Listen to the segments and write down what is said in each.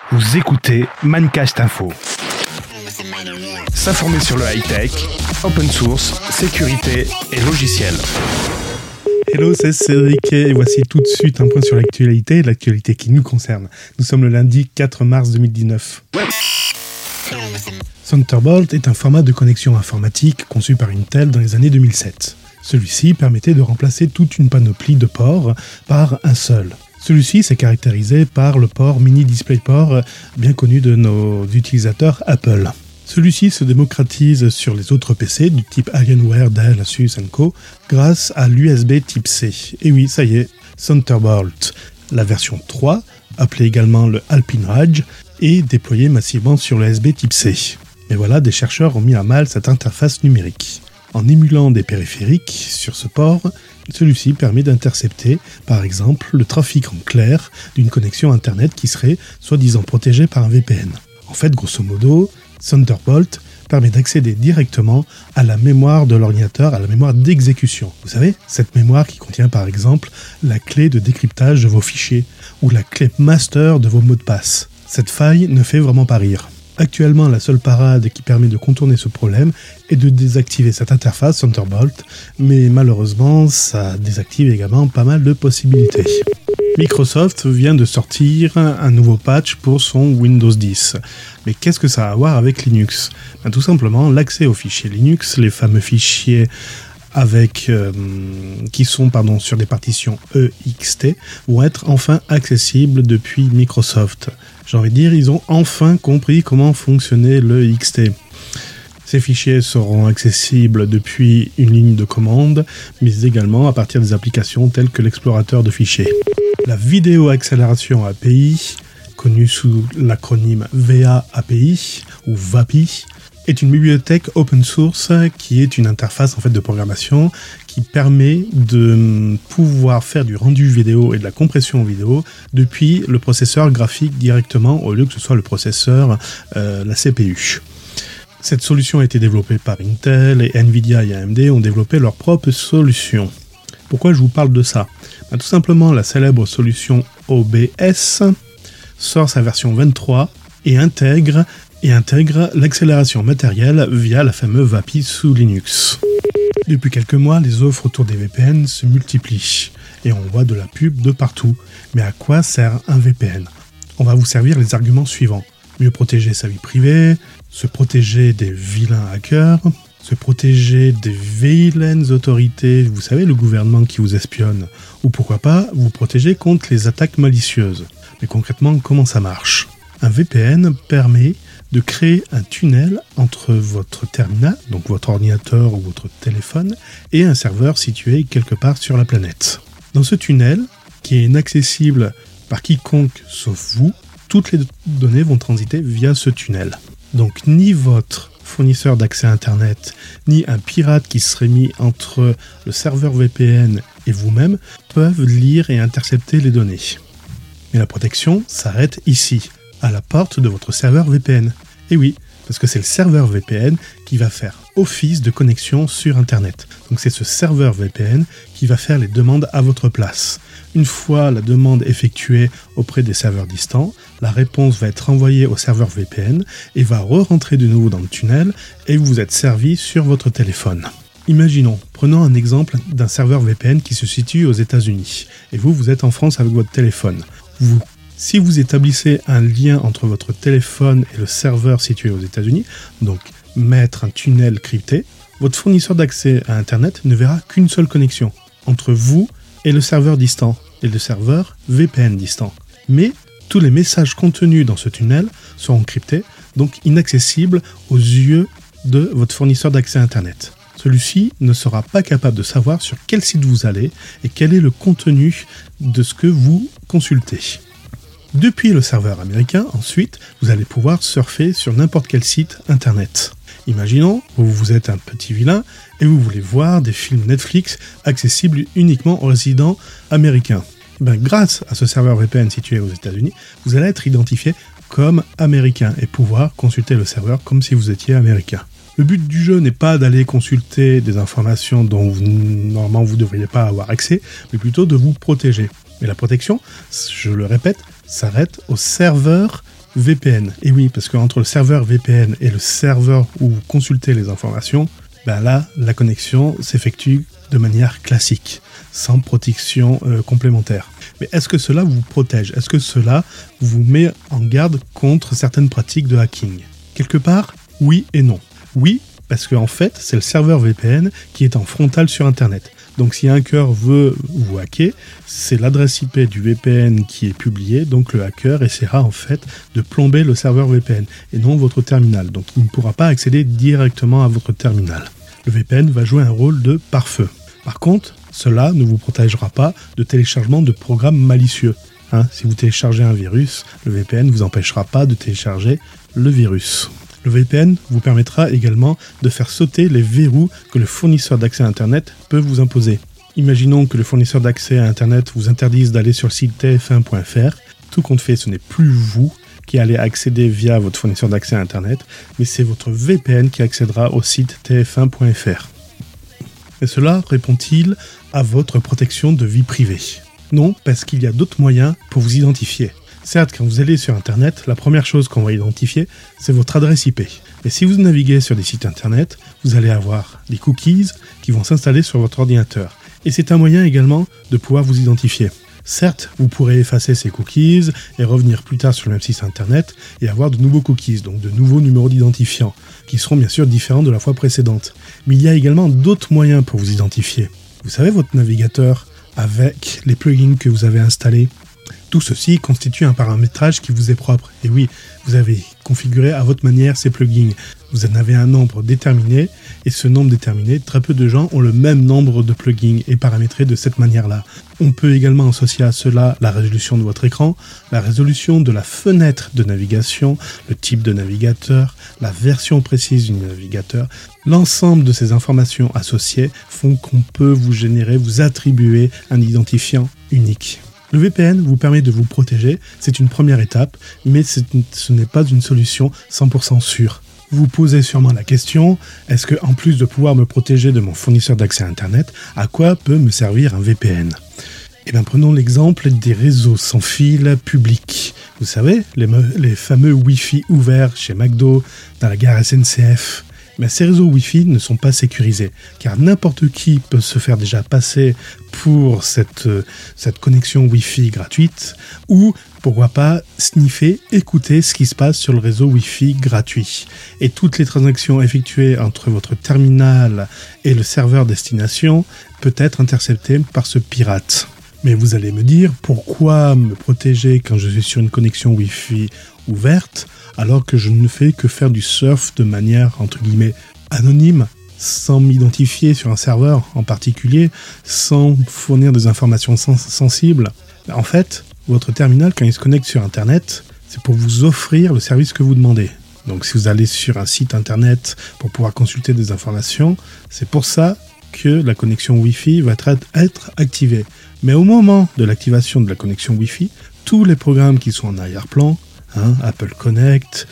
Vous écoutez Mancast Info. S'informer sur le high-tech, open source, sécurité et logiciel. Hello, c'est Cédric et voici tout de suite un point sur l'actualité qui nous concerne. Nous sommes le lundi 4 mars 2019. Thunderbolt est un format de connexion informatique conçu par Intel dans les années 2007. Celui-ci permettait de remplacer toute une panoplie de ports par un seul. Celui-ci s'est caractérisé par le port Mini DisplayPort bien connu de nos utilisateurs Apple. Celui-ci se démocratise sur les autres PC du type Alienware, Dell, Asus & Co grâce à l'USB type C. Et oui, ça y est, Thunderbolt. La version 3, appelée également le Alpine Rage, est déployée massivement sur l'USB type C. Mais voilà, des chercheurs ont mis à mal cette interface numérique. En émulant des périphériques sur ce port, celui-ci permet d'intercepter, par exemple, le trafic en clair d'une connexion Internet qui serait soi-disant protégée par un VPN. En fait, grosso modo, Thunderbolt permet d'accéder directement à la mémoire de l'ordinateur, à la mémoire d'exécution. Vous savez, cette mémoire qui contient par exemple la clé de décryptage de vos fichiers ou la clé master de vos mots de passe. Cette faille ne fait vraiment pas rire. Actuellement, la seule parade qui permet de contourner ce problème est de désactiver cette interface Thunderbolt, mais malheureusement, ça désactive également pas mal de possibilités. Microsoft vient de sortir un nouveau patch pour son Windows 10. Mais qu'est-ce que ça a à voir avec Linux ? Tout simplement, l'accès aux fichiers Linux, les fameux fichiers qui sont sur des partitions EXT, vont être enfin accessibles depuis Microsoft. J'ai envie de dire, ils ont enfin compris comment fonctionnait le XT. Ces fichiers seront accessibles depuis une ligne de commande, mais également à partir des applications telles que l'explorateur de fichiers. La Video Acceleration API, connue sous l'acronyme VA-API ou VAPI, est une bibliothèque open source qui est une interface de programmation qui permet de pouvoir faire du rendu vidéo et de la compression vidéo depuis le processeur graphique directement au lieu que ce soit le processeur, la CPU. Cette solution a été développée par Intel et Nvidia et AMD ont développé leur propre solution. Pourquoi je vous parle de ça ? Tout simplement, la célèbre solution OBS sort sa version 23 et intègre l'accélération matérielle via la fameuse VAPI sous Linux. Depuis quelques mois, les offres autour des VPN se multiplient et on voit de la pub de partout. Mais à quoi sert un VPN ? On va vous servir les arguments suivants. Mieux protéger sa vie privée, se protéger des vilains hackers, se protéger des vilaines autorités, vous savez, le gouvernement qui vous espionne, ou pourquoi pas vous protéger contre les attaques malicieuses. Mais concrètement, comment ça marche ? Un VPN permet de créer un tunnel entre votre terminal, donc votre ordinateur ou votre téléphone, et un serveur situé quelque part sur la planète. Dans ce tunnel, qui est inaccessible par quiconque sauf vous, toutes les données vont transiter via ce tunnel. Donc ni votre fournisseur d'accès à Internet, ni un pirate qui serait mis entre le serveur VPN et vous-même peuvent lire et intercepter les données. Mais la protection s'arrête ici, à la porte de votre serveur VPN. Et oui, parce que c'est le serveur VPN qui va faire office de connexion sur Internet. Donc c'est ce serveur VPN qui va faire les demandes à votre place. Une fois la demande effectuée auprès des serveurs distants, la réponse va être envoyée au serveur VPN et va re-rentrer de nouveau dans le tunnel et vous êtes servi sur votre téléphone. Imaginons, prenons un exemple d'un serveur VPN qui se situe aux États-Unis et vous êtes en France avec votre téléphone. Si vous établissez un lien entre votre téléphone et le serveur situé aux États-Unis, donc mettre un tunnel crypté, votre fournisseur d'accès à Internet ne verra qu'une seule connexion entre vous et le serveur distant, et le serveur VPN distant. Mais tous les messages contenus dans ce tunnel seront cryptés, donc inaccessibles aux yeux de votre fournisseur d'accès à Internet. Celui-ci ne sera pas capable de savoir sur quel site vous allez et quel est le contenu de ce que vous consultez. Depuis le serveur américain, ensuite, vous allez pouvoir surfer sur n'importe quel site internet. Imaginons, vous êtes un petit vilain et vous voulez voir des films Netflix accessibles uniquement aux résidents américains. Grâce à ce serveur VPN situé aux États-Unis, vous allez être identifié comme américain et pouvoir consulter le serveur comme si vous étiez américain. Le but du jeu n'est pas d'aller consulter des informations dont normalement vous ne devriez pas avoir accès, mais plutôt de vous protéger. Mais la protection, je le répète, s'arrête au serveur VPN. Et oui, parce qu'entre le serveur VPN et le serveur où vous consultez les informations, là, la connexion s'effectue de manière classique, sans protection complémentaire. Mais est-ce que cela vous protège ? Est-ce que cela vous met en garde contre certaines pratiques de hacking ? Quelque part, oui et non. Oui, parce qu'en fait, c'est le serveur VPN qui est en frontal sur Internet. Donc si un hacker veut vous hacker, c'est l'adresse IP du VPN qui est publiée, donc le hacker essaiera en fait de plomber le serveur VPN et non votre terminal. Donc il ne pourra pas accéder directement à votre terminal. Le VPN va jouer un rôle de pare-feu. Par contre, cela ne vous protégera pas de téléchargement de programmes malicieux. Si vous téléchargez un virus, le VPN ne vous empêchera pas de télécharger le virus. Le VPN vous permettra également de faire sauter les verrous que le fournisseur d'accès à Internet peut vous imposer. Imaginons que le fournisseur d'accès à Internet vous interdise d'aller sur le site tf1.fr. Tout compte fait, ce n'est plus vous qui allez accéder via votre fournisseur d'accès à Internet, mais c'est votre VPN qui accédera au site tf1.fr. Et cela répond-il à votre protection de vie privée ? Non, parce qu'il y a d'autres moyens pour vous identifier. Certes, quand vous allez sur Internet, la première chose qu'on va identifier, c'est votre adresse IP. Mais si vous naviguez sur des sites Internet, vous allez avoir des cookies qui vont s'installer sur votre ordinateur. Et c'est un moyen également de pouvoir vous identifier. Certes, vous pourrez effacer ces cookies et revenir plus tard sur le même site Internet et avoir de nouveaux cookies, donc de nouveaux numéros d'identifiant, qui seront bien sûr différents de la fois précédente. Mais il y a également d'autres moyens pour vous identifier. Vous savez, votre navigateur avec les plugins que vous avez installés, tout ceci constitue un paramétrage qui vous est propre. Et oui, vous avez configuré à votre manière ces plugins. Vous en avez un nombre déterminé, et ce nombre déterminé, très peu de gens ont le même nombre de plugins et paramétrés de cette manière-là. On peut également associer à cela la résolution de votre écran, la résolution de la fenêtre de navigation, le type de navigateur, la version précise du navigateur. L'ensemble de ces informations associées font qu'on peut vous attribuer un identifiant unique. Le VPN vous permet de vous protéger, c'est une première étape, mais ce n'est pas une solution 100% sûre. Vous vous posez sûrement la question, est-ce que en plus de pouvoir me protéger de mon fournisseur d'accès à Internet, à quoi peut me servir un VPN ? Prenons l'exemple des réseaux sans fil publics. Vous savez, les fameux Wi-Fi ouverts chez McDo, dans la gare SNCF. Mais ces réseaux Wi-Fi ne sont pas sécurisés, car n'importe qui peut se faire déjà passer pour cette connexion Wi-Fi gratuite, ou pourquoi pas sniffer, écouter ce qui se passe sur le réseau Wi-Fi gratuit. Et toutes les transactions effectuées entre votre terminal et le serveur destination peuvent être interceptées par ce pirate. Mais vous allez me dire, pourquoi me protéger quand je suis sur une connexion Wi-Fi ouverte, alors que je ne fais que faire du surf de manière, entre guillemets, anonyme, sans m'identifier sur un serveur en particulier, sans fournir des informations sensibles. En fait, votre terminal, quand il se connecte sur Internet, c'est pour vous offrir le service que vous demandez. Donc si vous allez sur un site Internet pour pouvoir consulter des informations, c'est pour ça que la connexion Wi-Fi va être activée. Mais au moment de l'activation de la connexion Wi-Fi, tous les programmes qui sont en arrière-plan, Apple Connect,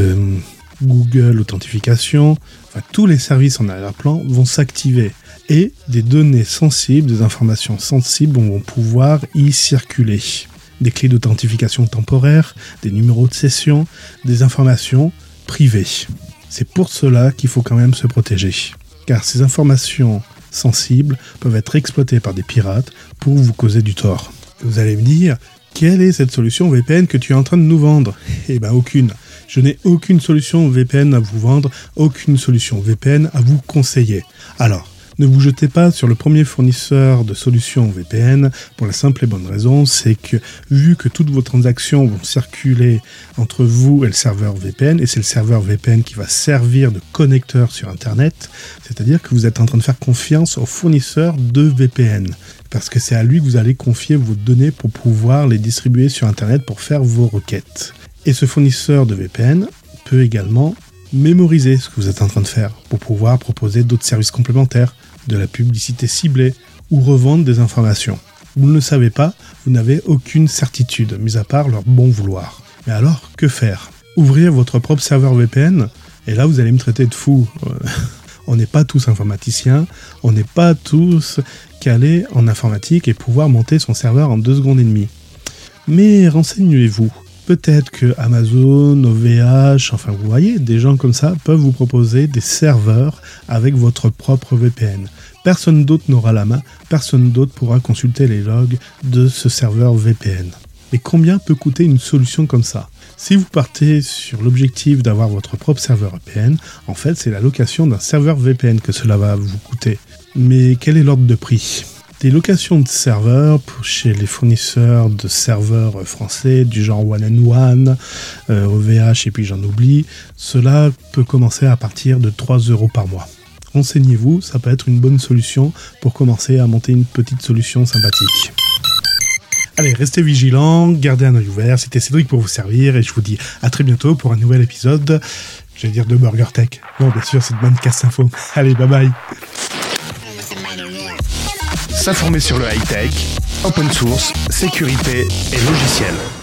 Google Authentification, tous les services en arrière-plan vont s'activer et des données sensibles, des informations sensibles vont pouvoir y circuler. Des clés d'authentification temporaire, des numéros de session, des informations privées. C'est pour cela qu'il faut quand même se protéger, car ces informations sensibles peuvent être exploitées par des pirates pour vous causer du tort. Vous allez me dire, quelle est cette solution VPN que tu es en train de nous vendre ? Aucune. Je n'ai aucune solution VPN à vous vendre, aucune solution VPN à vous conseiller. Alors, ne vous jetez pas sur le premier fournisseur de solutions VPN pour la simple et bonne raison, c'est que vu que toutes vos transactions vont circuler entre vous et le serveur VPN, et c'est le serveur VPN qui va servir de connecteur sur Internet, c'est-à-dire que vous êtes en train de faire confiance au fournisseur de VPN, parce que c'est à lui que vous allez confier vos données pour pouvoir les distribuer sur Internet pour faire vos requêtes. Et ce fournisseur de VPN peut également mémoriser ce que vous êtes en train de faire pour pouvoir proposer d'autres services complémentaires, de la publicité ciblée ou revendre des informations. Vous ne le savez pas, vous n'avez aucune certitude, mis à part leur bon vouloir. Mais alors, que faire ? Ouvrir votre propre serveur VPN ? Et là, vous allez me traiter de fou. On n'est pas tous informaticiens, on n'est pas tous calés en informatique et pouvoir monter son serveur en 2 secondes et demie. Mais renseignez-vous. Peut-être que Amazon, OVH, enfin vous voyez, des gens comme ça peuvent vous proposer des serveurs avec votre propre VPN. Personne d'autre n'aura la main, personne d'autre pourra consulter les logs de ce serveur VPN. Mais combien peut coûter une solution comme ça ? Si vous partez sur l'objectif d'avoir votre propre serveur VPN, en fait c'est la location d'un serveur VPN que cela va vous coûter. Mais quel est l'ordre de prix ? Des locations de serveurs chez les fournisseurs de serveurs français du genre One&One, OVH et puis j'en oublie, cela peut commencer à partir de 3 € par mois. Renseignez-vous, ça peut être une bonne solution pour commencer à monter une petite solution sympathique. Allez, restez vigilants, gardez un œil ouvert, c'était Cédric pour vous servir et je vous dis à très bientôt pour un nouvel épisode, j'allais dire de Burger Tech. Non, bien sûr, c'est de Mancast Info. Allez, bye bye. S'informer sur le high-tech, open source, sécurité et logiciel.